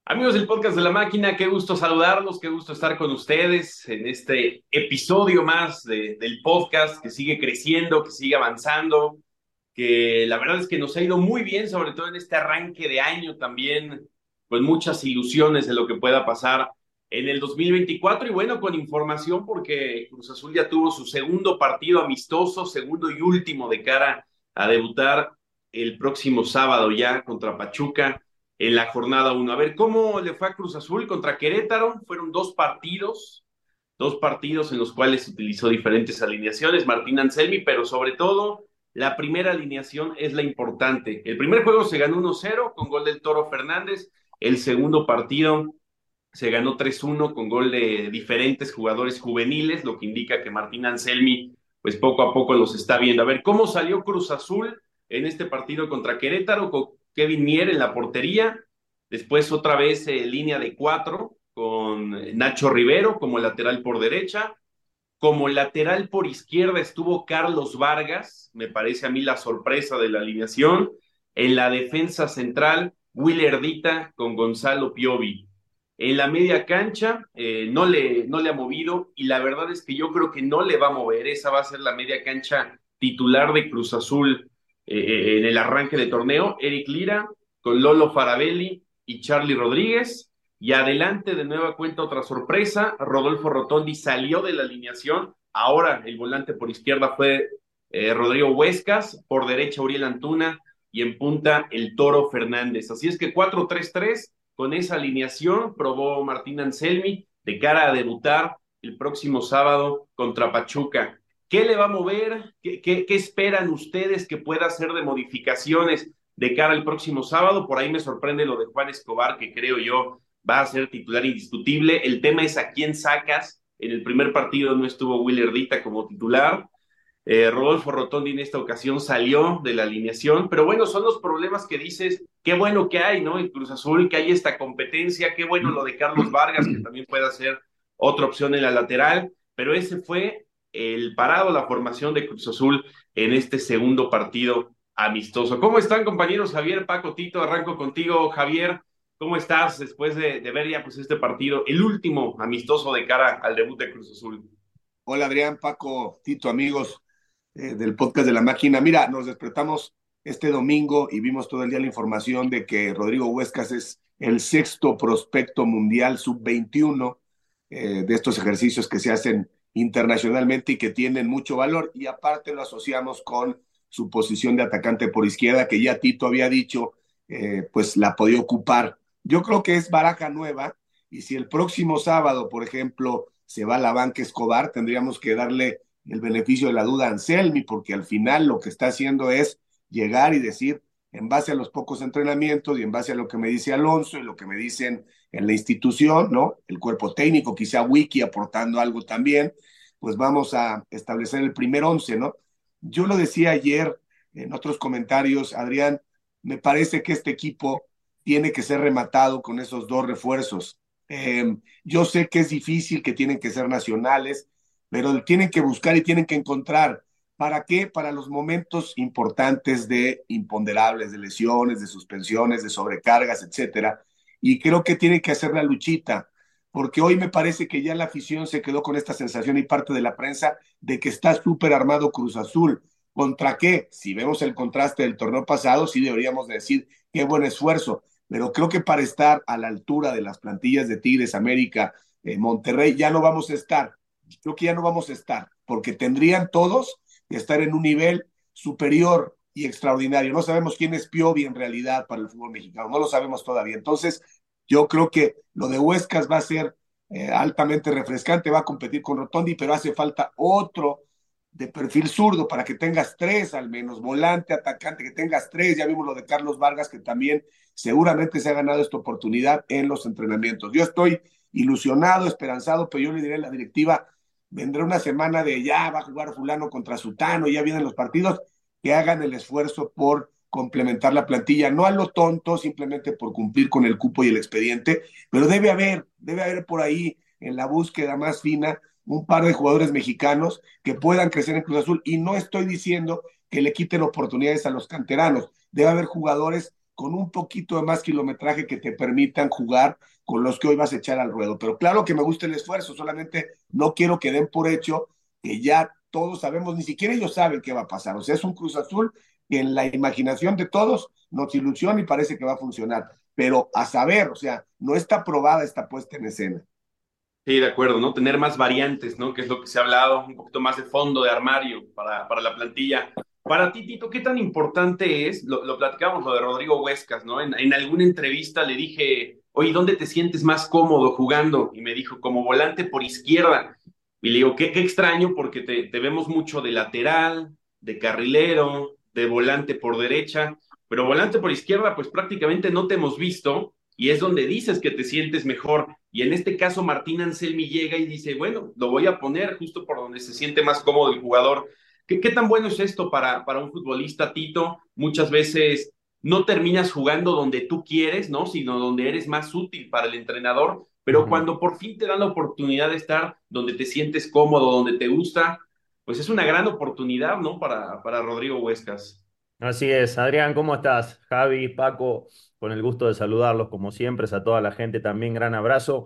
Amigos del podcast de la máquina, qué gusto saludarlos, qué gusto estar con ustedes en este episodio más del podcast que sigue creciendo, que sigue avanzando, que la verdad es que nos ha ido muy bien, sobre todo en este arranque de año también, con muchas ilusiones de lo que pueda pasar en el 2024 y bueno, con información porque Cruz Azul ya tuvo su segundo partido amistoso, segundo y último de cara a debutar el próximo sábado ya contra Pachuca en la jornada uno. A ver, ¿cómo le fue a Cruz Azul contra Querétaro? Fueron dos partidos en los cuales utilizó diferentes alineaciones, Martín Anselmi, pero sobre todo la primera alineación es la importante. El primer juego se ganó 1-0 con gol del Toro Fernández, el segundo partido se ganó 3-1 con gol de diferentes jugadores juveniles, lo que indica que Martín Anselmi pues poco a poco los está viendo. A ver, ¿cómo salió Cruz Azul en este partido contra Querétaro? Con Kevin Mier en la portería, después otra vez línea de cuatro con Nacho Rivero como lateral por derecha, como lateral por izquierda estuvo Carlos Vargas, me parece a mí la sorpresa de la alineación. En la defensa central, Will Erdita con Gonzalo Piovi. En la media cancha no le ha movido y la verdad es que yo creo que no le va a mover. Esa va a ser la media cancha titular de Cruz Azul en el arranque de torneo. Eric Lira con Lolo Farabelli y Charlie Rodríguez. Y adelante de nueva cuenta otra sorpresa, Rodolfo Rotondi salió de la alineación, ahora el volante por izquierda fue Rodrigo Huescas, por derecha Uriel Antuna y en punta el Toro Fernández. Así es que 4-3-3 con esa alineación probó Martín Anselmi de cara a debutar el próximo sábado contra Pachuca. ¿Qué le va a mover? ¿Qué esperan ustedes que pueda hacer de modificaciones de cara al próximo sábado? Por ahí me sorprende lo de Juan Escobar, que creo yo va a ser titular indiscutible. El tema es a quién sacas. En el primer partido no estuvo Will Erdita como titular. Rodolfo Rotondi en esta ocasión salió de la alineación, pero bueno, son los problemas que dices, qué bueno que hay, ¿no? En Cruz Azul, que hay esta competencia, qué bueno lo de Carlos Vargas, que también puede ser otra opción en la lateral, pero ese fue el parado, la formación de Cruz Azul en este segundo partido amistoso. ¿Cómo están, compañeros? Javier, Paco, Tito, arranco contigo, Javier. ¿Cómo estás después de ver ya pues este partido, el último amistoso de cara al debut de Cruz Azul? Hola Adrián, Paco, Tito, amigos del podcast de la máquina. Mira, nos despertamos este domingo y vimos todo el día la información de que Rodrigo Huescas es el sexto prospecto mundial sub-21 de estos ejercicios que se hacen internacionalmente y que tienen mucho valor. Y aparte lo asociamos con su posición de atacante por izquierda, que ya Tito había dicho, pues la podía ocupar. Yo creo que es baraja nueva y si el próximo sábado, por ejemplo, se va a la banca Escobar, tendríamos que darle el beneficio de la duda a Anselmi, porque al final lo que está haciendo es llegar y decir, en base a los pocos entrenamientos y en base a lo que me dice Alonso y lo que me dicen en la institución, ¿no? El cuerpo técnico, quizá Wiki aportando algo también, pues vamos a establecer el primer once, ¿no? Yo lo decía ayer en otros comentarios, Adrián, me parece que este equipo tiene que ser rematado con esos dos refuerzos. Yo sé que es difícil, que tienen que ser nacionales, pero tienen que buscar y tienen que encontrar. ¿Para qué? Para los momentos importantes de imponderables, de lesiones, de suspensiones, de sobrecargas, etcétera. Y creo que tienen que hacer la luchita, porque hoy me parece que ya la afición se quedó con esta sensación y parte de la prensa de que está súper armado Cruz Azul. ¿Contra qué? Si vemos el contraste del torneo pasado, sí deberíamos decir qué buen esfuerzo, pero creo que para estar a la altura de las plantillas de Tigres, América, Monterrey, ya no vamos a estar. Creo que ya no vamos a estar, porque tendrían todos que estar en un nivel superior y extraordinario. No sabemos quién es Piovi en realidad para el fútbol mexicano, no lo sabemos todavía. Entonces, yo creo que lo de Huescas va a ser altamente refrescante, va a competir con Rotondi, pero hace falta otro de perfil zurdo para que tengas tres al menos, volante, atacante, que tengas tres. Ya vimos lo de Carlos Vargas, que también seguramente se ha ganado esta oportunidad en los entrenamientos. Yo estoy ilusionado, esperanzado, pero yo le diré a la directiva, vendrá una semana de ya va a jugar fulano contra sutano, ya vienen los partidos, que hagan el esfuerzo por complementar la plantilla, no a lo tonto, simplemente por cumplir con el cupo y el expediente, pero debe haber por ahí en la búsqueda más fina un par de jugadores mexicanos que puedan crecer en Cruz Azul, y no estoy diciendo que le quiten oportunidades a los canteranos, debe haber jugadores con un poquito de más kilometraje que te permitan jugar con los que hoy vas a echar al ruedo. Pero claro que me gusta el esfuerzo, solamente no quiero que den por hecho que ya todos sabemos, ni siquiera ellos saben qué va a pasar. O sea, es un Cruz Azul que en la imaginación de todos nos ilusiona y parece que va a funcionar. Pero a saber, o sea, no está probada esta puesta en escena. Sí, de acuerdo, ¿no? Tener más variantes, ¿no? Que es lo que se ha hablado, un poquito más de fondo de armario para la plantilla. Para ti, Tito, ¿qué tan importante es? Lo platicamos, lo de Rodrigo Huescas, ¿no? En alguna entrevista le dije, oye, ¿dónde te sientes más cómodo jugando? Y me dijo, como volante por izquierda. Y le digo, qué extraño, porque te vemos mucho de lateral, de carrilero, de volante por derecha, pero volante por izquierda, pues prácticamente no te hemos visto y es donde dices que te sientes mejor. Y en este caso, Martín Anselmi llega y dice, bueno, lo voy a poner justo por donde se siente más cómodo el jugador. ¿Qué tan bueno es esto para un futbolista, Tito? Muchas veces no terminas jugando donde tú quieres, ¿no? Sino donde eres más útil para el entrenador, pero Ujú. cuando por fin te dan la oportunidad de estar donde te sientes cómodo, donde te gusta, pues es una gran oportunidad, ¿no? Para Rodrigo Huescas. Así es, Adrián, ¿cómo estás? Javi, Paco, con el gusto de saludarlos como siempre, a toda la gente también, gran abrazo.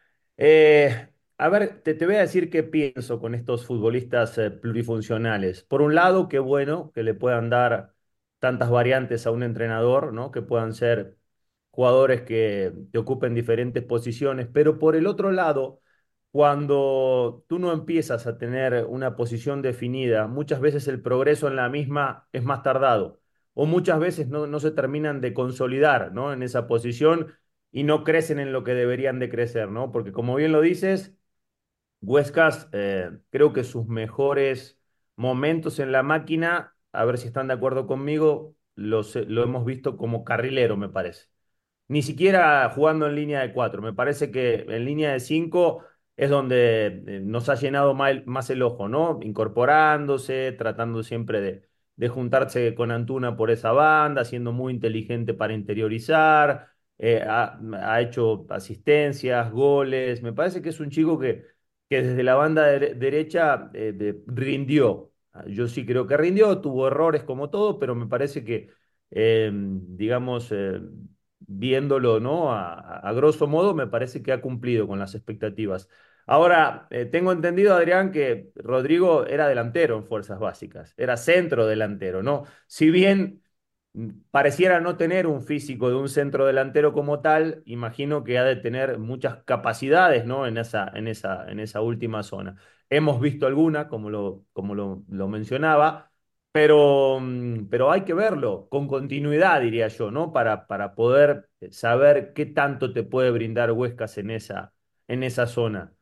A ver, te voy a decir qué pienso con estos futbolistas plurifuncionales. Por un lado, qué bueno que le puedan dar tantas variantes a un entrenador, ¿no? Que puedan ser jugadores que ocupen diferentes posiciones, pero por el otro lado, cuando tú no empiezas a tener una posición definida, muchas veces el progreso en la misma es más tardado, o muchas veces no se terminan de consolidar, ¿no? En esa posición y no crecen en lo que deberían de crecer, ¿no? Porque como bien lo dices, Huescas, creo que sus mejores momentos en la máquina, a ver si están de acuerdo conmigo, lo hemos visto como carrilero, me parece. Ni siquiera jugando en línea de cuatro. Me parece que en línea de cinco es donde nos ha llenado más el ojo, ¿no? Incorporándose, tratando siempre de juntarse con Antuna por esa banda, siendo muy inteligente para interiorizar, ha hecho asistencias, goles. Me parece que es un chico que desde la banda derecha rindió. Yo sí creo que rindió, tuvo errores como todo, pero me parece que, digamos, viéndolo, ¿no? A grosso modo, me parece que ha cumplido con las expectativas. Ahora, tengo entendido, Adrián, que Rodrigo era delantero en Fuerzas Básicas, era centro delantero, ¿no? Si bien pareciera no tener un físico de un centro delantero como tal, imagino que ha de tener muchas capacidades, ¿no? En esa última zona. Hemos visto alguna, como lo mencionaba, pero hay que verlo con continuidad, diría yo, ¿no? Para poder saber qué tanto te puede brindar Huescas en esa zona.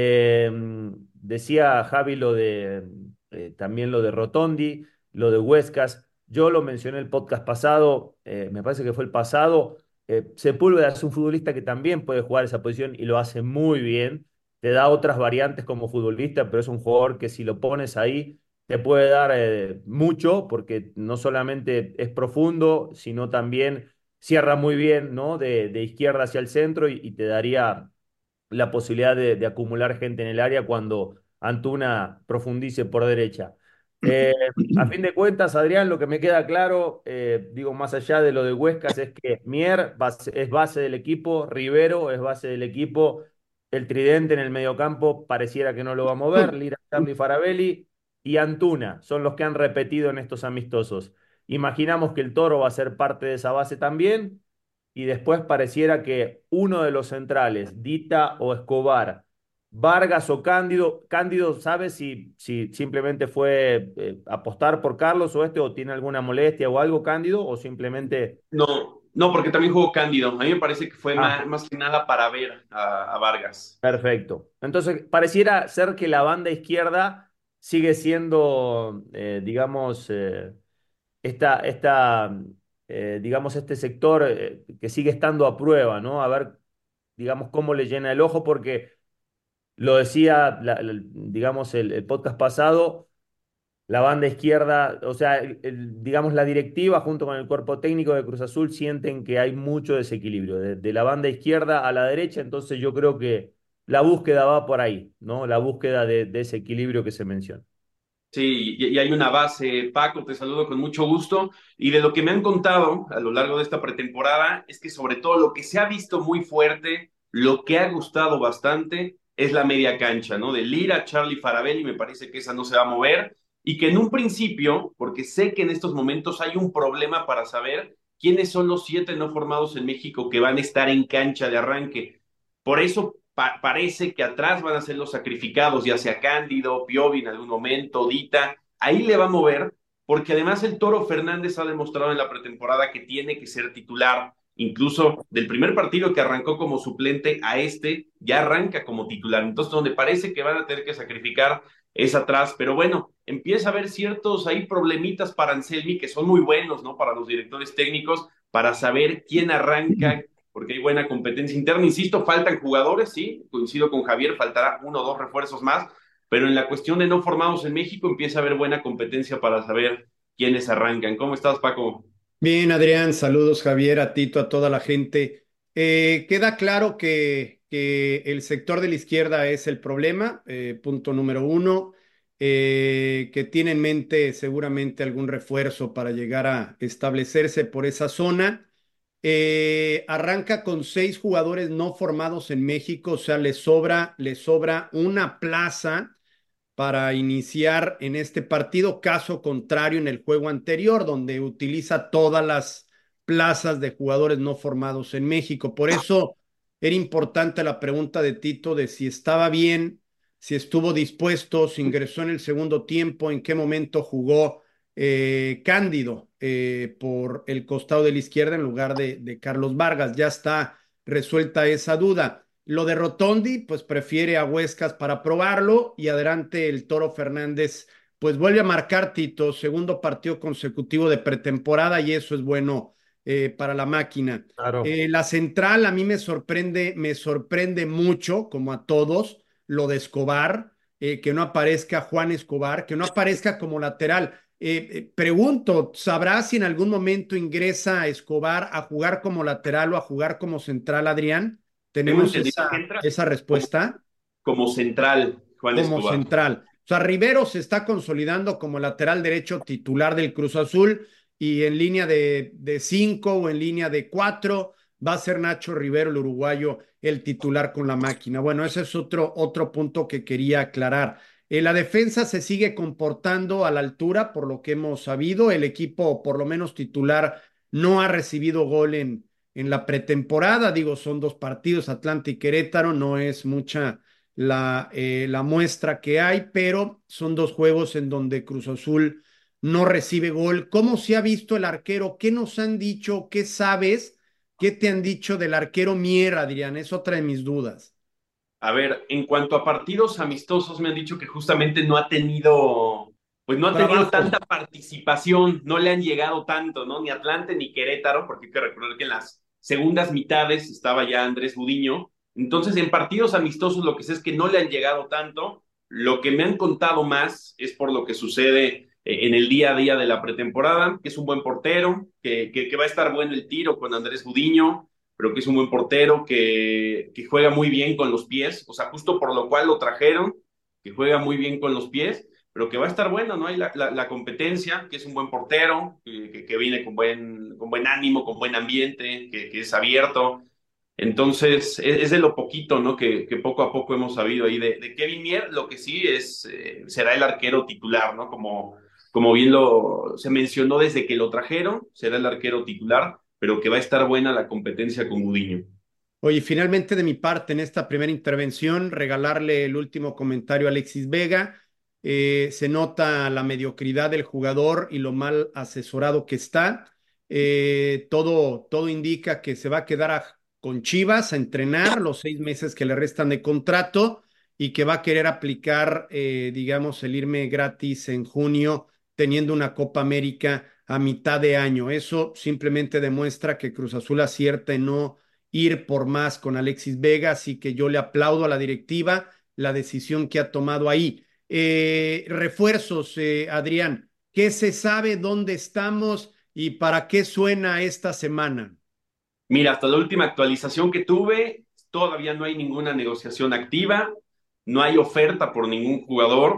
Decía Javi también lo de Rotondi, lo de Huescas. Yo lo mencioné el podcast pasado, me parece que fue el pasado. Sepúlveda es un futbolista que también puede jugar esa posición y lo hace muy bien. Te da otras variantes como futbolista, pero es un jugador que si lo pones ahí te puede dar mucho porque no solamente es profundo, sino también cierra muy bien, ¿no? De izquierda hacia el centro y te daría la posibilidad de acumular gente en el área cuando Antuna profundice por derecha. Eh, a fin de cuentas, Adrián, lo que me queda claro, digo, más allá de lo de Huescas, es que Mier es base del equipo, Rivero es base del equipo, el tridente en el mediocampo pareciera que no lo va a mover, Lira, Charlie Farabelli y Antuna son los que han repetido en estos amistosos. Imaginamos que el Toro va a ser parte de esa base también y después pareciera que uno de los centrales, Dita o Escobar, Vargas o Cándido, Cándido sabe si simplemente fue apostar por Carlos o o tiene alguna molestia o algo Cándido o simplemente... No, no, porque también jugó Cándido. A mí me parece que fue Ah, más que nada para ver a Vargas. perfecto. Entonces, pareciera ser que la banda izquierda sigue siendo, digamos, digamos, este sector que sigue estando a prueba, ¿no? A ver, digamos, cómo le llena el ojo, porque lo decía, digamos, el podcast pasado, la banda izquierda, o sea, digamos, la directiva junto con el cuerpo técnico de Cruz Azul sienten que hay mucho desequilibrio, de la banda izquierda a la derecha, entonces yo creo que la búsqueda va por ahí, ¿no? La búsqueda de ese equilibrio que se menciona. Sí, y hay una base, Paco, te saludo con mucho gusto. Y de lo que me han contado a lo largo de esta pretemporada es que sobre todo lo que se ha visto muy fuerte, lo que ha gustado bastante es la media cancha, ¿no? De Lira, Charlie Farabelli, me parece que esa no se va a mover. Y que en un principio, porque sé que en estos momentos hay un problema para saber quiénes son los 7 no formados en México que van a estar en cancha de arranque. Por eso parece que atrás van a ser los sacrificados, ya sea Cándido, Piovi en algún momento, Dita, ahí le va a mover, porque además el Toro Fernández ha demostrado en la pretemporada que tiene que ser titular, incluso del primer partido que arrancó como suplente a este, ya arranca como titular, entonces donde parece que van a tener que sacrificar es atrás, pero bueno, empieza a haber ciertos ahí problemitas para Anselmi que son muy buenos, ¿no? Para los directores técnicos, para saber quién arranca, porque hay buena competencia interna. Insisto, faltan jugadores, sí, coincido con Javier, faltará uno o dos refuerzos más, pero en la cuestión de no formados en México empieza a haber buena competencia para saber quiénes arrancan. ¿Cómo estás, Paco? Bien, Adrián, saludos Javier, a Tito, a toda la gente. Queda claro que el sector de la izquierda es el problema, punto número uno, que tiene en mente seguramente algún refuerzo para llegar a establecerse por esa zona. Arranca con 6 jugadores no formados en México, o sea, le sobra una plaza para iniciar en este partido, caso contrario en el juego anterior, donde utiliza todas las plazas de jugadores no formados en México. Por eso era importante la pregunta de Tito de si estaba bien, si estuvo dispuesto, si ingresó en el segundo tiempo, en qué momento jugó Cándido por el costado de la izquierda en lugar de Carlos Vargas. Ya está resuelta esa duda. Lo de Rotondi, pues prefiere a Huescas para probarlo y adelante el Toro Fernández, pues vuelve a marcar Tito, segundo partido consecutivo de pretemporada y eso es bueno para la máquina. Claro. La central a mí me sorprende mucho, como a todos, lo de Escobar, que no aparezca Juan Escobar, que no aparezca como lateral. Pregunto, ¿sabrás si en algún momento ingresa Escobar a jugar como lateral o a jugar como central, Adrián? Tengo Tenemos entendido que entra esa como, respuesta como central, Juan como Escobar. central. O sea, Rivero se está consolidando como lateral derecho titular del Cruz Azul y en línea de 5 o en línea de 4 va a ser Nacho Rivero, el uruguayo, el titular con la máquina. Bueno, ese es otro punto que quería aclarar. La defensa se sigue comportando a la altura, por lo que hemos sabido. El equipo, por lo menos titular, no ha recibido gol en la pretemporada. Digo, son 2 partidos, Atlanta y Querétaro, no es mucha la muestra que hay, pero son 2 juegos en donde Cruz Azul no recibe gol. ¿Cómo se ha visto el arquero? ¿Qué nos han dicho? ¿Qué sabes? ¿Qué te han dicho del arquero Mier, Adrián? Es otra de mis dudas. A ver, en cuanto a partidos amistosos, me han dicho que justamente no ha tenido, pues no ha tenido Trabajo. tanta participación, no le han llegado tanto, ¿no? Ni Atlante ni Querétaro, porque hay que recordar que en las segundas mitades estaba ya Andrés Gudiño. Entonces, en partidos amistosos, lo que sé es que no le han llegado tanto. Lo que me han contado más es por lo que sucede en el día a día de la pretemporada, que es un buen portero, que va a estar bueno el tiro con Andrés Gudiño, pero que es un buen portero, que juega muy bien con los pies, o sea, justo por lo cual lo trajeron, que juega muy bien con los pies, pero que va a estar bueno, ¿no? Hay la competencia, que es un buen portero, que viene con buen ánimo, con buen ambiente, que es abierto. Entonces, es de lo poquito, ¿no? Que poco a poco hemos sabido ahí de Kevin Mier, lo que sí es, será el arquero titular, ¿no? Como bien se mencionó desde que lo trajeron, será el arquero titular, pero que va a estar buena la competencia con Gudiño. Oye, finalmente de mi parte en esta primera intervención, regalarle el último comentario a Alexis Vega. Se nota la mediocridad del jugador y lo mal asesorado que está. Todo indica que se va a quedar con Chivas a entrenar los 6 meses que le restan de contrato y que va a querer aplicar, digamos, el irme gratis en junio, teniendo una Copa América a mitad de año. Eso simplemente demuestra que Cruz Azul acierta en no ir por más con Alexis Vega, así que yo le aplaudo a la directiva la decisión que ha tomado ahí. Refuerzos, Adrián, ¿qué se sabe, dónde estamos y para qué suena esta semana? Mira, hasta la última actualización que tuve, todavía no hay ninguna negociación activa, no hay oferta por ningún jugador.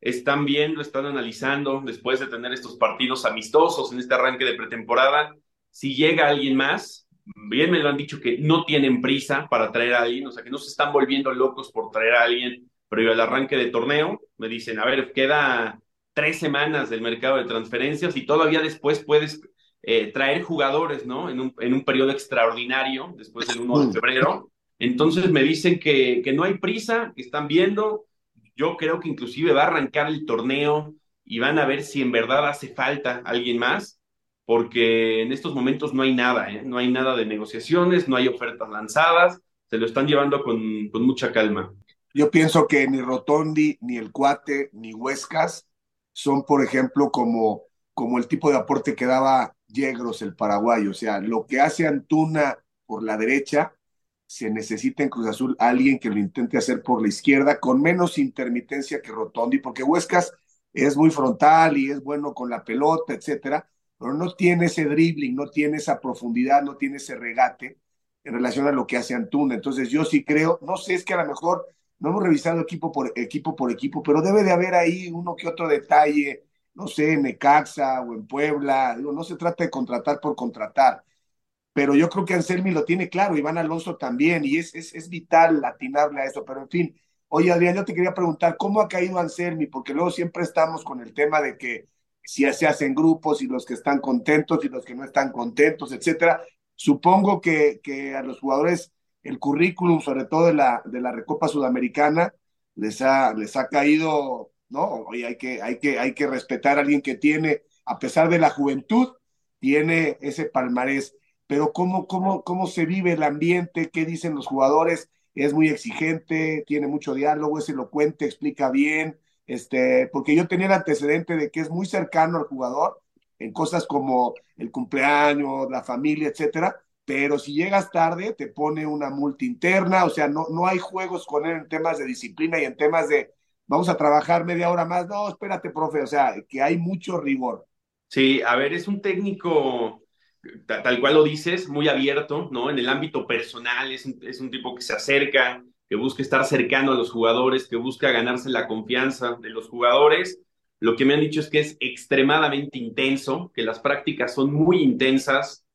están viendo, están analizando, después de tener estos partidos amistosos en este arranque de pretemporada, si llega alguien más. Bien me lo han dicho que no tienen prisa para traer a alguien, o sea, que no se están volviendo locos por traer a alguien previo al arranque de torneo. Me dicen, a ver, queda 3 semanas del mercado de transferencias y todavía después puedes traer jugadores, ¿no? En un periodo extraordinario, después del 1 de febrero. Entonces me dicen que no hay prisa, que están viendo. Yo creo que inclusive va a arrancar el torneo y van a ver si en verdad hace falta alguien más, porque en estos momentos no hay nada, ¿eh? No hay nada de negociaciones, no hay ofertas lanzadas, se lo están llevando con mucha calma. Yo pienso que ni Rotondi, ni el Cuate, ni Huescas son, por ejemplo, como el tipo de aporte que daba Yegros, el paraguayo. O sea, lo que hace Antuna por la derecha, se necesita en Cruz Azul alguien que lo intente hacer por la izquierda con menos intermitencia que Rotondi, porque Huescas es muy frontal y es bueno con la pelota, etcétera, pero no tiene ese dribbling, no tiene esa profundidad, no tiene ese regate en relación a lo que hace Antuna. Entonces yo sí creo, no sé, es que a lo mejor no hemos revisado equipo por equipo, pero debe de haber ahí uno que otro detalle, no sé, en Necaxa o en Puebla. Digo, no se trata de contratar por contratar, pero yo creo que Anselmi lo tiene claro, Iván Alonso también, y es vital atinarle a eso, pero en fin. Oye, Adrián, yo te quería preguntar, ¿cómo ha caído Anselmi? Porque luego siempre estamos con el tema de que si se hacen grupos y los que están contentos y los que no están contentos, etcétera. Supongo que a los jugadores el currículum, sobre todo de la Recopa Sudamericana, les ha caído, ¿no? Oye, hay que respetar a alguien que tiene, a pesar de la juventud, tiene ese palmarés. Pero ¿cómo se vive el ambiente? ¿Qué dicen los jugadores? Es muy exigente, tiene mucho diálogo, es elocuente, explica bien, porque yo tenía el antecedente de que es muy cercano al jugador en cosas como el cumpleaños, la familia, etcétera, pero si llegas tarde te pone una multa interna. O sea, no hay juegos con él en temas de disciplina y en temas de vamos a trabajar media hora más. No, espérate, profe, o sea, que hay mucho rigor. Sí, a ver, es un técnico, tal cual lo dices, muy abierto, ¿no? En el ámbito personal, es un tipo que se acerca, que busca estar cercano a los jugadores, que busca ganarse la confianza de los jugadores. Lo que me han dicho es que es extremadamente intenso, que las prácticas son muy intensas.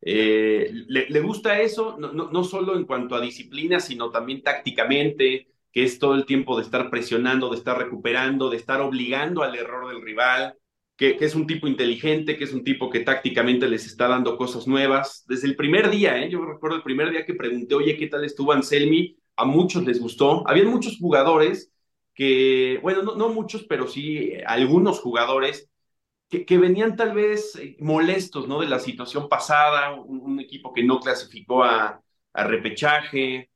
Le gusta eso, no solo en cuanto a disciplina, sino también tácticamente, que es todo el tiempo de estar presionando, de estar recuperando, de estar obligando al error del rival, que es un tipo inteligente, que es un tipo que tácticamente les está dando cosas nuevas. Desde el primer día, yo recuerdo el primer día que pregunté, oye, ¿qué tal estuvo Anselmi? A muchos les gustó. Habían muchos jugadores que, bueno, no muchos, pero sí algunos jugadores que venían tal vez molestos, ¿no? De la situación pasada, un equipo que no clasificó a repechaje,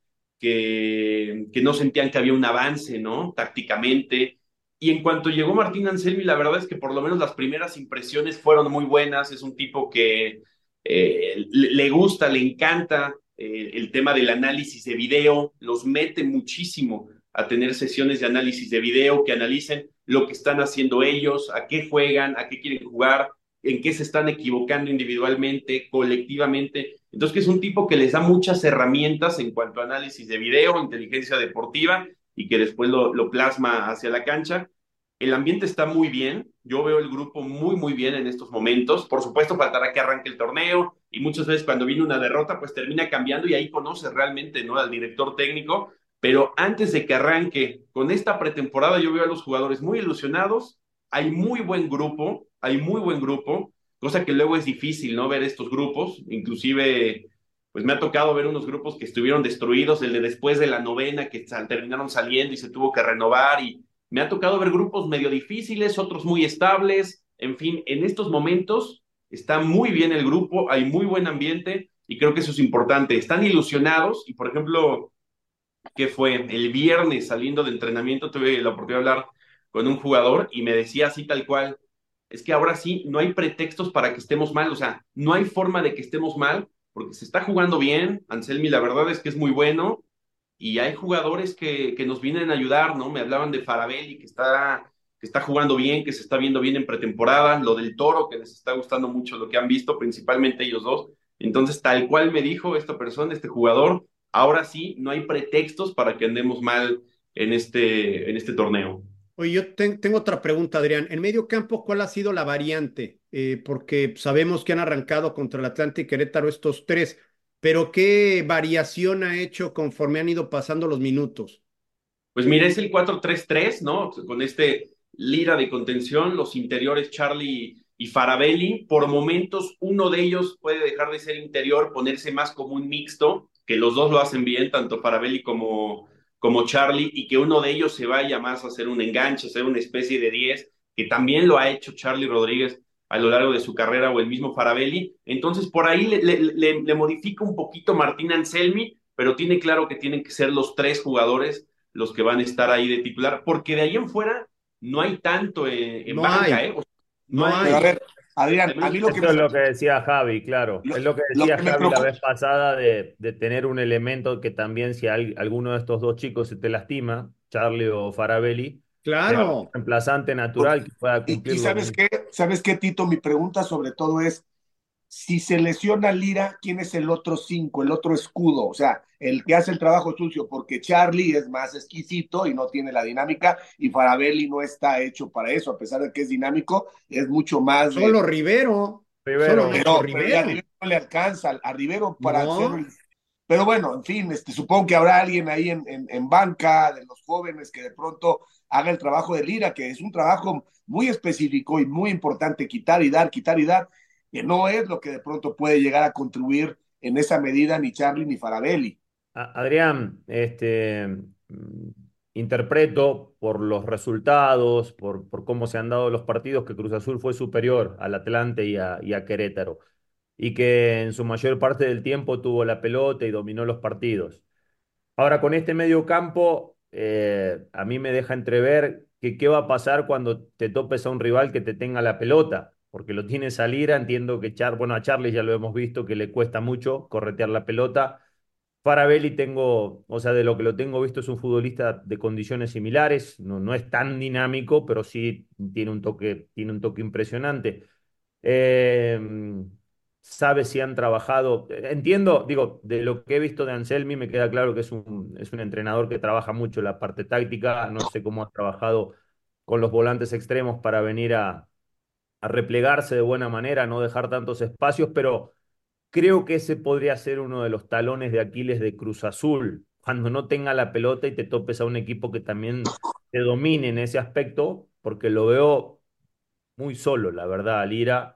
que no sentían que había un avance, ¿no? Tácticamente. Y en cuanto llegó Martín Anselmi, la verdad es que por lo menos las primeras impresiones fueron muy buenas. Es un tipo que le gusta, le encanta el tema del análisis de video, los mete muchísimo a tener sesiones de análisis de video que analicen lo que están haciendo ellos, a qué juegan, a qué quieren jugar, en qué se están equivocando individualmente, colectivamente. Entonces, que es un tipo que les da muchas herramientas en cuanto a análisis de video, inteligencia deportiva, y que después lo plasma hacia la cancha. El ambiente está muy bien, yo veo el grupo muy, muy bien en estos momentos. Por supuesto, faltará que arranque el torneo y muchas veces cuando viene una derrota, pues termina cambiando y ahí conoce realmente, ¿no?, al director técnico. Pero antes de que arranque con esta pretemporada, yo veo a los jugadores muy ilusionados. Hay muy buen grupo, cosa que luego es difícil, ¿no? Ver estos grupos. Inclusive, pues me ha tocado ver unos grupos que estuvieron destruidos, el de después de la novena, que terminaron saliendo y se tuvo que renovar. Y me ha tocado ver grupos medio difíciles, otros muy estables. En fin, en estos momentos está muy bien el grupo, hay muy buen ambiente y creo que eso es importante. Están ilusionados y, por ejemplo, que fue el viernes saliendo de entrenamiento, tuve la oportunidad de hablar con un jugador y me decía así tal cual, es que ahora sí, no hay pretextos para que estemos mal, o sea, no hay forma de que estemos mal, porque se está jugando bien. Anselmi la verdad es que es muy bueno y hay jugadores que nos vienen a ayudar, ¿no? Me hablaban de Farabelli, que está jugando bien, que se está viendo bien en pretemporada, lo del Toro, que les está gustando mucho lo que han visto, principalmente ellos dos. Entonces, tal cual me dijo esta persona, este jugador, ahora sí, no hay pretextos para que andemos mal en este torneo. Oye, yo tengo otra pregunta, Adrián. En medio campo, ¿cuál ha sido la variante? Porque sabemos que han arrancado contra el Atlante y Querétaro estos tres, pero ¿qué variación ha hecho conforme han ido pasando los minutos? Pues mira, es el 4-3-3, ¿no? Con este Lira de contención, los interiores Charlie y Farabelli. Por momentos, uno de ellos puede dejar de ser interior, ponerse más como un mixto, que los dos lo hacen bien, tanto Farabelli como Charlie, y que uno de ellos se vaya más a hacer un enganche, a hacer una especie de 10, que también lo ha hecho Charlie Rodríguez a lo largo de su carrera, o el mismo Farabelli. Entonces, por ahí le modifica un poquito Martín Anselmi, pero tiene claro que tienen que ser los tres jugadores los que van a estar ahí de titular, porque de ahí en fuera no hay tanto en No banca, hay, ¿eh? O sea, no no Pero a hay, hay. ver, Adrián, al a menos mí lo que Eso me, es lo que decía Javi, claro. lo, Es lo que lo decía que me Javi la preocupa, vez pasada de tener un elemento que también si alguno de estos dos chicos se te lastima, Charlie o Farabelli, sea un Claro. reemplazante natural que pueda cumplir y los ¿sabes qué, Tito? Mi pregunta sobre todo es, si se lesiona Lira, ¿quién es el otro cinco, el otro escudo? O sea, el que hace el trabajo sucio, porque Charlie es más exquisito y no tiene la dinámica, y Farabelli no está hecho para eso, a pesar de que es dinámico, es mucho más de... Solo Rivero, solo Rivero. Nacho Pero ya a Rivero. Rivero no le alcanza, a Rivero para hacer... No, Pero bueno, en fin, supongo que habrá alguien ahí en banca de los jóvenes que de pronto haga el trabajo de Lira, que es un trabajo muy específico y muy importante, quitar y dar, que no es lo que de pronto puede llegar a contribuir en esa medida ni Charlie ni Farabelli. Adrián, interpreto por los resultados, por cómo se han dado los partidos, que Cruz Azul fue superior al Atlante y a Querétaro, y que en su mayor parte del tiempo tuvo la pelota y dominó los partidos. Ahora, con este medio campo, a mí me deja entrever que qué va a pasar cuando te topes a un rival que te tenga la pelota, porque lo tiene Salira, entiendo que bueno, a Charlie ya lo hemos visto que le cuesta mucho corretear la pelota. Farabelli tengo, o sea, de lo que lo tengo visto es un futbolista de condiciones similares, no es tan dinámico, pero sí tiene un toque impresionante. Eh, sabe si han trabajado. Entiendo, digo, de lo que he visto de Anselmi me queda claro que es un entrenador que trabaja mucho la parte táctica. No sé cómo ha trabajado con los volantes extremos para venir a replegarse de buena manera, no dejar tantos espacios, pero creo que ese podría ser uno de los talones de Aquiles de Cruz Azul, cuando no tenga la pelota y te topes a un equipo que también te domine en ese aspecto, porque lo veo muy solo, la verdad, Lira,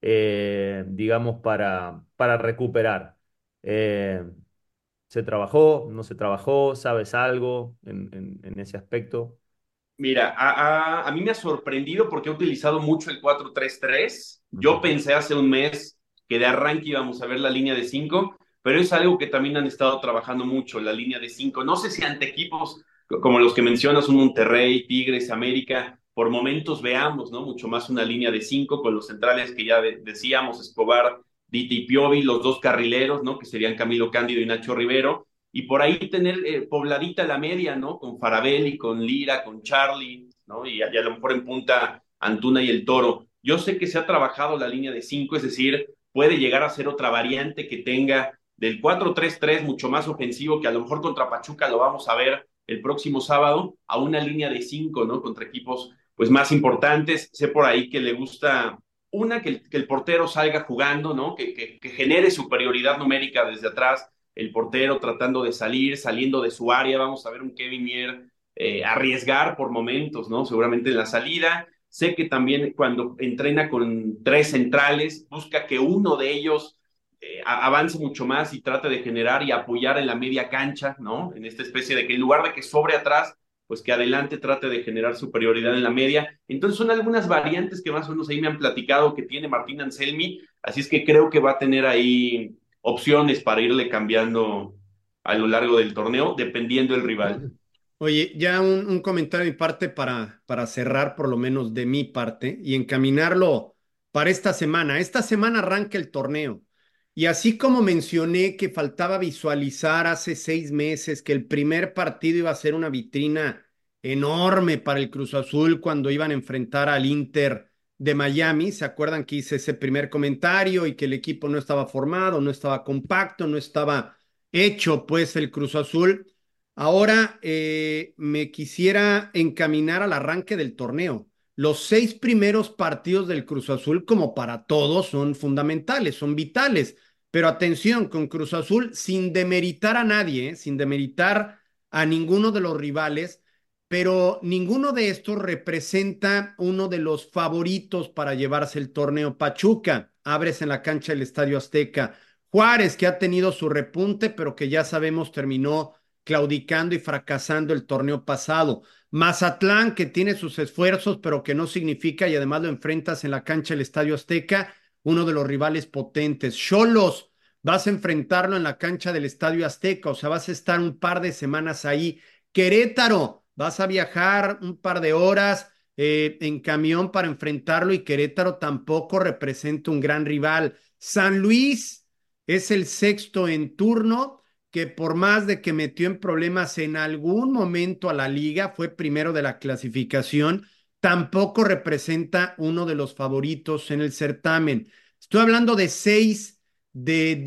digamos, para recuperar. Eh, ¿Se trabajó? ¿No se trabajó? ¿Sabes algo en ese aspecto? Mira, a mí me ha sorprendido porque he utilizado mucho el 4-3-3. Yo Ujú. pensé hace un mes que de arranque íbamos a ver la línea de 5, pero es algo que también han estado trabajando mucho, la línea de 5. No sé si ante equipos como los que mencionas, un Monterrey, Tigres, América, por momentos veamos, ¿no? Mucho más una línea de 5 con los centrales que ya decíamos, Escobar, Dita y Piovi, los dos carrileros, ¿no? Que serían Camilo Cándido y Nacho Rivero, y por ahí tener pobladita la media, ¿no? Con Farabelli, con Lira, con Charlie, ¿no? Y a lo mejor en punta Antuna y el Toro. Yo sé que se ha trabajado la línea de 5, es decir, puede llegar a ser otra variante que tenga del 4-3-3 mucho más ofensivo, que a lo mejor contra Pachuca lo vamos a ver el próximo sábado, a una línea de 5, ¿no? Contra equipos pues más importantes. Sé por ahí que le gusta que el portero salga jugando, ¿no? Que genere superioridad numérica desde atrás, el portero tratando de salir, saliendo de su área. Vamos a ver un Kevin Mier arriesgar por momentos, ¿no? Seguramente en la salida. Sé que también cuando entrena con tres centrales, busca que uno de ellos avance mucho más y trate de generar y apoyar en la media cancha, ¿no? En esta especie de que en lugar de que sobre atrás, pues que adelante trate de generar superioridad en la media. Entonces son algunas variantes que más o menos ahí me han platicado que tiene Martín Anselmi, así es que creo que va a tener ahí opciones para irle cambiando a lo largo del torneo, dependiendo del rival. oye, ya un comentario de mi parte para cerrar, por lo menos de mi parte, y encaminarlo para esta semana. Esta semana arranca el torneo. Y así como mencioné que faltaba visualizar hace 6 meses que el primer partido iba a ser una vitrina enorme para el Cruz Azul cuando iban a enfrentar al Inter de Miami. ¿Se acuerdan que hice ese primer comentario y que el equipo no estaba formado, no estaba compacto, no estaba hecho, pues el Cruz Azul? Ahora me quisiera encaminar al arranque del torneo. Los 6 primeros partidos del Cruz Azul, como para todos, son fundamentales, son vitales. Pero atención, con Cruz Azul, sin demeritar a nadie, sin demeritar a ninguno de los rivales, pero ninguno de estos representa uno de los favoritos para llevarse el torneo. Pachuca, abres en la cancha del Estadio Azteca. Juárez, que ha tenido su repunte, pero que ya sabemos terminó claudicando y fracasando el torneo pasado. Mazatlán, que tiene sus esfuerzos, pero que no significa, y además lo enfrentas en la cancha del Estadio Azteca, uno de los rivales potentes. Xolos, vas a enfrentarlo en la cancha del Estadio Azteca, o sea, vas a estar un par de semanas ahí. Querétaro, vas a viajar un par de horas en camión para enfrentarlo y Querétaro tampoco representa un gran rival. San Luis es el sexto en turno que por más de que metió en problemas en algún momento a la liga, fue primero de la clasificación, tampoco representa uno de los favoritos en el certamen. Estoy hablando de 6 de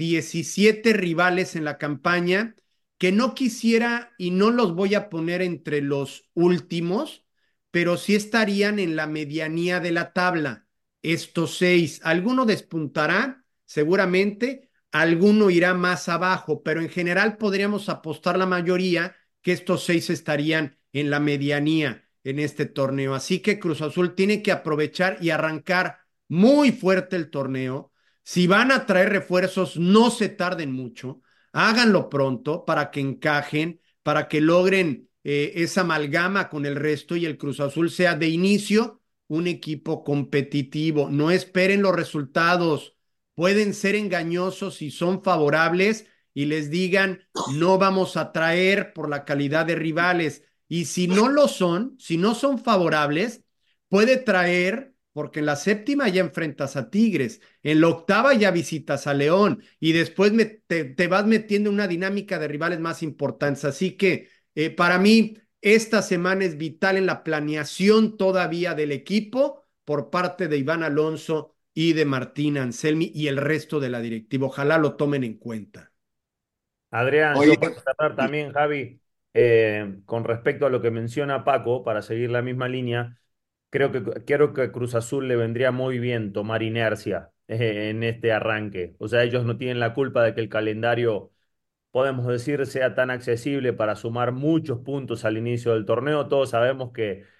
17 rivales en la campaña que no quisiera y no los voy a poner entre los últimos, pero sí estarían en la medianía de la tabla. Estos 6, alguno despuntará seguramente, alguno irá más abajo, pero en general podríamos apostar la mayoría que estos 6 estarían en la medianía en este torneo. Así que Cruz Azul tiene que aprovechar y arrancar muy fuerte el torneo. Si van a traer refuerzos, no se tarden mucho, háganlo pronto para que encajen, para que logren esa amalgama con el resto y el Cruz Azul sea de inicio un equipo competitivo. No esperen los resultados, pueden ser engañosos y son favorables y les digan no vamos a traer por la calidad de rivales. Y si no lo son, si no son favorables, puede traer, porque en la séptima ya enfrentas a Tigres, en la octava ya visitas a León y después te vas metiendo en una dinámica de rivales más importantes. Así que para mí, esta semana es vital en la planeación todavía del equipo por parte de Iván Alonso y de Martín Anselmi y el resto de la directiva. Ojalá lo tomen en cuenta. Adrián, Oye, yo para cerrar también, Javi, con respecto a lo que menciona Paco, para seguir la misma línea, creo que a Cruz Azul le vendría muy bien tomar inercia en este arranque. O sea, ellos no tienen la culpa de que el calendario, podemos decir, sea tan accesible para sumar muchos puntos al inicio del torneo. Todos sabemos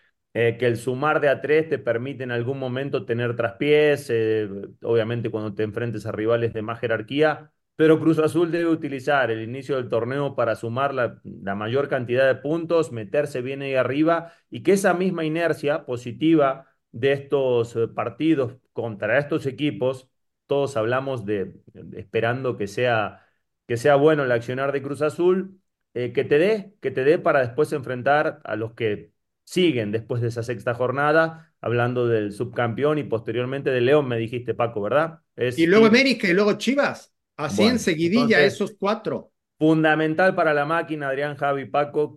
que el sumar de a tres te permite en algún momento tener traspiés, obviamente cuando te enfrentes a rivales de más jerarquía, pero Cruz Azul debe utilizar el inicio del torneo para sumar la mayor cantidad de puntos, meterse bien ahí arriba y que esa misma inercia positiva de estos partidos contra estos equipos, todos hablamos esperando que sea bueno el accionar de Cruz Azul, que te dé para después enfrentar a los que siguen después de esa sexta jornada, hablando del subcampeón y posteriormente de León, me dijiste, Paco, ¿verdad? Y Es luego América y luego Chivas. Así en bueno, seguidilla entonces, esos 4. fundamental para la máquina, Adrián, Javi, Paco,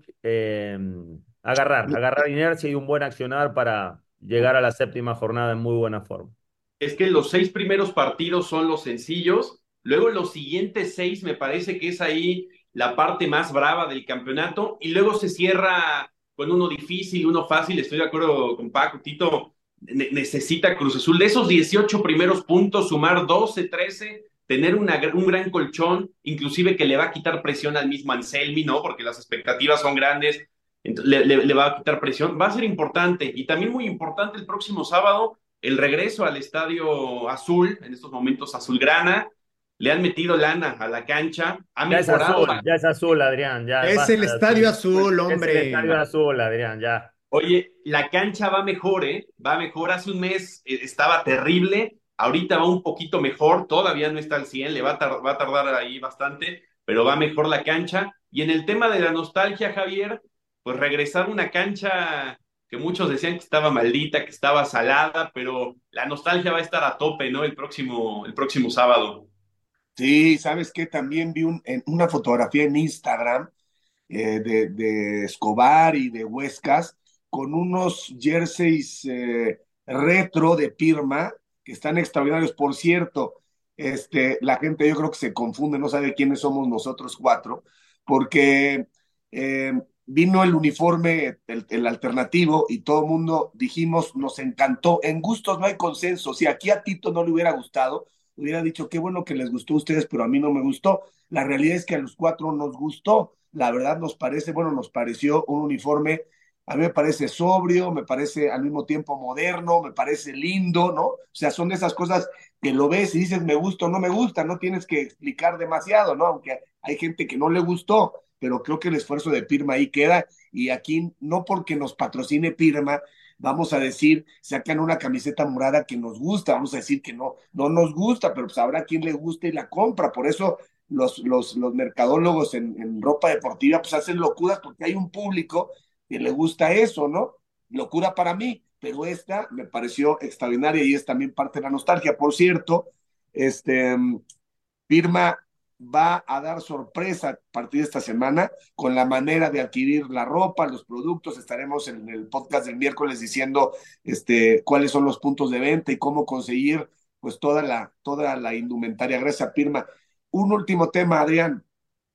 agarrar inercia y un buen accionar para llegar a la séptima jornada en muy buena forma. Es que los 6 primeros partidos son los sencillos, luego los siguientes 6 me parece que es ahí la parte más brava del campeonato y luego se cierra con uno difícil, uno fácil, estoy de acuerdo con Paco, Tito, necesita Cruz Azul de esos 18 primeros puntos, sumar 12, 13, tener un gran colchón, inclusive que le va a quitar presión al mismo Anselmi, ¿no? Porque las expectativas son grandes, le va a quitar presión, va a ser importante y también muy importante el próximo sábado el regreso al Estadio Azul, en estos momentos azulgrana, le han metido lana a la cancha, ha mejorado. Ya es azul, Adrián, ya Es basta el de Estadio azul. Azul, Es el estadio hombre. azul, Adrián, ya. Oye, la cancha va mejor, ¿eh? Va mejor. Hace un mes estaba terrible, ahorita va un poquito mejor, todavía no está al 100, va a tardar ahí bastante, pero va mejor la cancha. Y en el tema de la nostalgia, Javier, pues regresar a una cancha que muchos decían que estaba maldita, que estaba salada, pero la nostalgia va a estar a tope, ¿no? El próximo sábado. sí, ¿sabes qué? También vi una fotografía en Instagram de Escobar y de Huescas con unos jerseys retro de Pirma que están extraordinarios. Por cierto, la gente yo creo que se confunde, no sabe quiénes somos nosotros cuatro, porque eh, vino el uniforme, el alternativo, y todo el mundo dijimos, nos encantó. En gustos no hay consenso. Si aquí a Tito no le hubiera gustado, hubiera dicho, qué bueno que les gustó a ustedes, pero a mí no me gustó. La realidad es que a los cuatro nos gustó. La verdad nos parece, bueno, nos pareció un uniforme, a mí me parece sobrio, me parece al mismo tiempo moderno, me parece lindo, ¿no? O sea, son de esas cosas que lo ves y dices, me gusta o no me gusta, no tienes que explicar demasiado, ¿no? Aunque hay gente que no le gustó, pero creo que el esfuerzo de Pirma ahí queda, y aquí no porque nos patrocine Pirma vamos a decir, sacan una camiseta morada que nos gusta, vamos a decir que no, no nos gusta, pero pues habrá quien le guste y la compra. Por eso los mercadólogos en ropa deportiva pues hacen locuras, porque hay un público que le gusta eso, ¿no? Locura para mí, pero esta me pareció extraordinaria y es también parte de la nostalgia. Por cierto, este, Firma va a dar sorpresa a partir de esta semana con la manera de adquirir la ropa, los productos. Estaremos en el podcast del miércoles diciendo cuáles son los puntos de venta y cómo conseguir pues toda la indumentaria. Gracias a Firma. Un último tema, Adrián.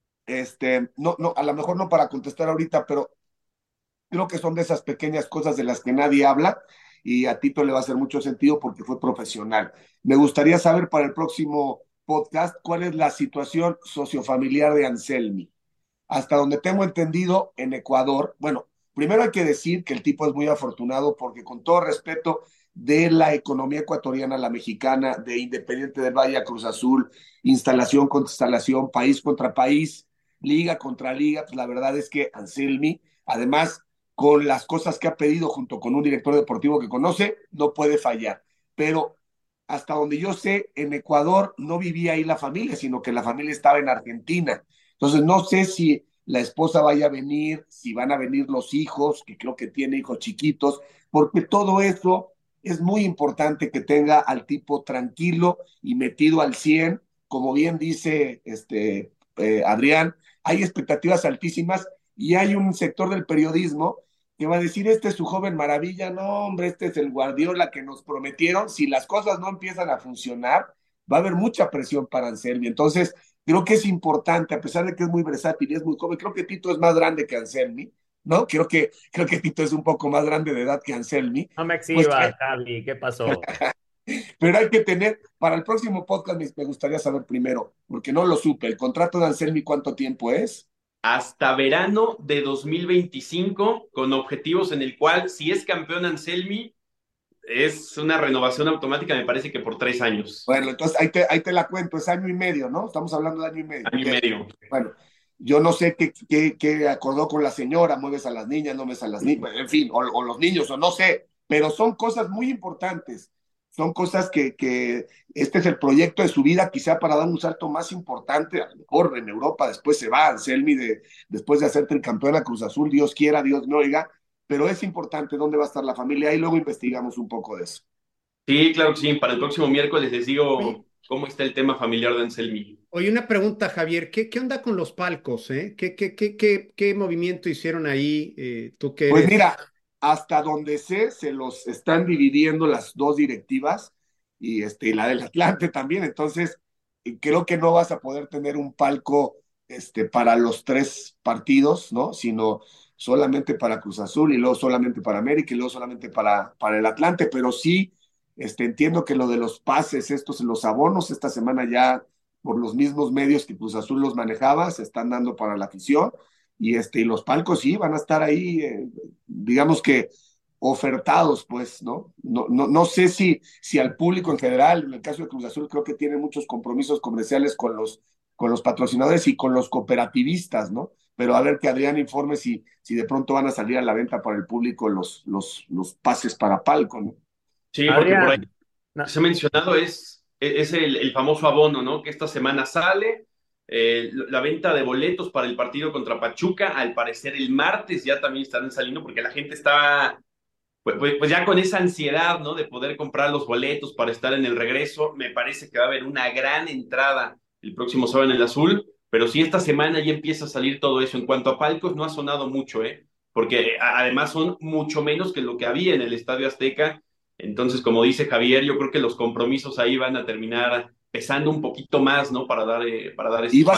No, no, a lo mejor no para contestar ahorita, pero creo que son de esas pequeñas cosas de las que nadie habla y a Tito le va a hacer mucho sentido porque fue profesional. Me gustaría saber para el próximo podcast cuál es la situación sociofamiliar de Anselmi. Hasta donde tengo entendido, en Ecuador, bueno, primero hay que decir que el tipo es muy afortunado porque con todo respeto de la economía ecuatoriana a la mexicana, de Independiente del Valle a Cruz Azul, instalación contra instalación, país contra país, liga contra liga, pues la verdad es que Anselmi, además, con las cosas que ha pedido junto con un director deportivo que conoce, no puede fallar. Pero hasta donde yo sé, en Ecuador no vivía ahí la familia, sino que la familia estaba en Argentina. Entonces, no sé si la esposa vaya a venir, si van a venir los hijos, que creo que tiene hijos chiquitos, porque todo eso es muy importante que tenga al tipo tranquilo y metido al 100. Como bien dice Adrián, hay expectativas altísimas y hay un sector del periodismo que va a decir, este es su joven maravilla, no, hombre, este es el Guardiola que nos prometieron. Si las cosas no empiezan a funcionar, va a haber mucha presión para Anselmi. Entonces, creo que es importante, a pesar de que es muy versátil y es muy joven, creo que Tito es más grande que Anselmi, ¿no? Creo que Tito es un poco más grande de edad que Anselmi. No me Pues, exhibas, Javi, ¿qué pasó? pero hay que tener, para el próximo podcast me gustaría saber primero, porque no lo supe, el contrato de Anselmi, ¿cuánto tiempo es? Hasta verano de 2025, con objetivos en el cual, si es campeón Anselmi, es una renovación automática, me parece que por 3 años, Bueno, entonces ahí te la cuento, es año y medio, ¿no? Estamos hablando de año y medio. año y Ok. medio. Bueno, yo no sé qué acordó con la señora, mueves a las niñas, no mueves a las niñas, en fin, o los niños, o no sé, pero son cosas muy importantes. Son cosas que este es el proyecto de su vida, quizá para dar un salto más importante, a lo mejor en Europa, después se va Anselmi, después de hacerte el campeón a Cruz Azul, Dios quiera, Dios no oiga, pero es importante dónde va a estar la familia y luego investigamos un poco de eso. Sí, claro que sí, para el próximo miércoles les Oye, digo cómo está el tema familiar de Anselmi. oye, una pregunta, Javier, ¿qué onda con los palcos, eh? ¿Qué movimiento hicieron ahí? Tú que Pues eres... mira, hasta donde sé, se los están dividiendo las dos directivas y la del Atlante también. Entonces, creo que no vas a poder tener un palco para los tres partidos, ¿no? Sino solamente para Cruz Azul y luego solamente para América y luego solamente para el Atlante. Pero sí, entiendo que lo de los pases, estos, los abonos, esta semana ya por los mismos medios que Cruz Azul los manejaba, se están dando para la afición y los palcos sí van a estar ahí, digamos que ofertados, pues, ¿no? No sé si al público en general, en el caso de Cruz Azul, creo que tiene muchos compromisos comerciales con los patrocinadores y con los cooperativistas, ¿no? Pero a ver que Adrián informe si de pronto van a salir a la venta para el público los pases para palco, ¿no? Sí, porque por ahí Adrián, na- se ha mencionado es el famoso abono, ¿no? Que esta semana sale, la venta de boletos para el partido contra Pachuca, al parecer el martes ya también estarán saliendo porque la gente está, pues ya con esa ansiedad, ¿no? De poder comprar los boletos para estar en el regreso. Me parece que va a haber una gran entrada el próximo sábado en el Azul, pero sí esta semana ya empieza a salir todo eso. En cuanto a palcos, no ha sonado mucho, ¿eh? Porque además son mucho menos que lo que había en el Estadio Azteca. Entonces, como dice Javier, yo creo que los compromisos ahí van a terminar pesando un poquito más, ¿no? Para dar Y estos palcos.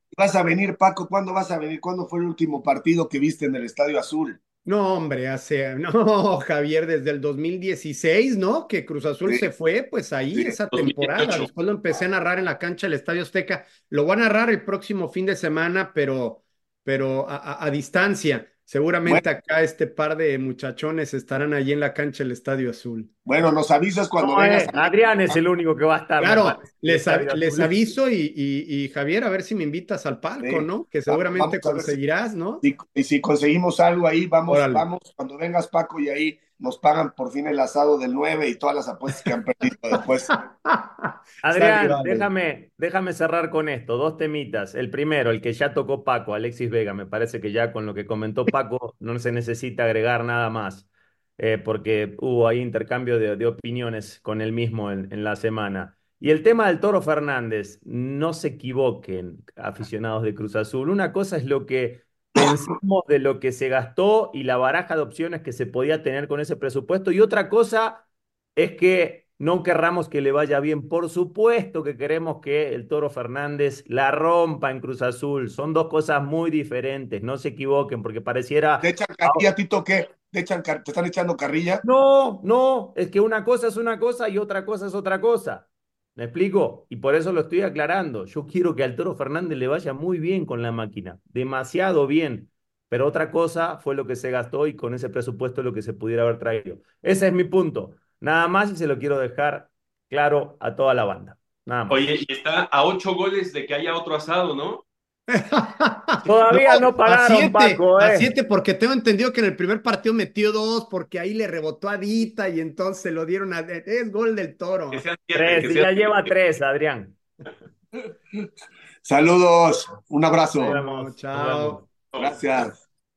vas a venir, Paco? ¿Cuándo vas a venir? ¿Cuándo fue el último partido que viste en el Estadio Azul? No, hombre, no, Javier, desde el 2016, ¿no? Que Cruz Azul Sí, se fue, pues ahí sí. esa temporada. 2018. Después lo empecé a narrar en la cancha del Estadio Azteca. Lo voy a narrar el próximo fin de semana, pero a distancia. Bueno, Seguramente acá este par de muchachones estarán allí en la cancha del Estadio Azul. bueno, nos avisas cuando No, vengas a Adrián es México. el único que va a estar, me Claro, parece, en el Estadio les Azul. aviso y Javier, a ver si me invitas al palco, Sí. ¿no? Que Vamos seguramente a ver si, conseguirás, ¿no? si conseguimos algo ahí, Órale. vamos, cuando vengas, Paco, y ahí nos pagan por fin el asado del 9 y todas las apuestas que han perdido después. Sale, Adrián, vale. déjame cerrar con esto. Dos temitas. El primero, el que ya tocó Paco, Alexis Vega. Me parece que ya con lo que comentó Paco no se necesita agregar nada más, porque hubo ahí intercambio de opiniones con él mismo en la semana. Y el tema del Toro Fernández, no se equivoquen, aficionados de Cruz Azul. Una cosa es lo que pensamos de lo que se gastó y la baraja de opciones que se podía tener con ese presupuesto, y otra cosa es que no querramos que le vaya bien. Por supuesto que queremos que el Toro Fernández la rompa en Cruz Azul. Son dos cosas muy diferentes. No se equivoquen, porque ¿Te pareciera. echan carrilla, Tito, qué? ¿Te están echando carrilla? No, no, es que una cosa es una cosa y otra cosa es otra cosa. ¿Me explico? Y por eso lo estoy aclarando. Yo quiero que al Toro Fernández le vaya muy bien con la máquina, demasiado bien. Pero otra cosa fue lo que se gastó y con ese presupuesto lo que se pudiera haber traído. Ese es mi punto. Nada más y se lo quiero dejar claro a toda la banda. Nada más. Oye, y está a 8 goles de que haya otro asado, ¿no? No, Todavía no pagaron, Paco, a ¿eh? siete, porque tengo entendido que en el primer partido metió dos, porque ahí le rebotó a Dita y entonces se lo dieron a... Es gol del Que Toro. sean 7, Tres, que y sean ya lleva 7. tres, Adrián. Saludos, un Nos abrazo. Bueno, vemos, nos vemos. chao. Gracias.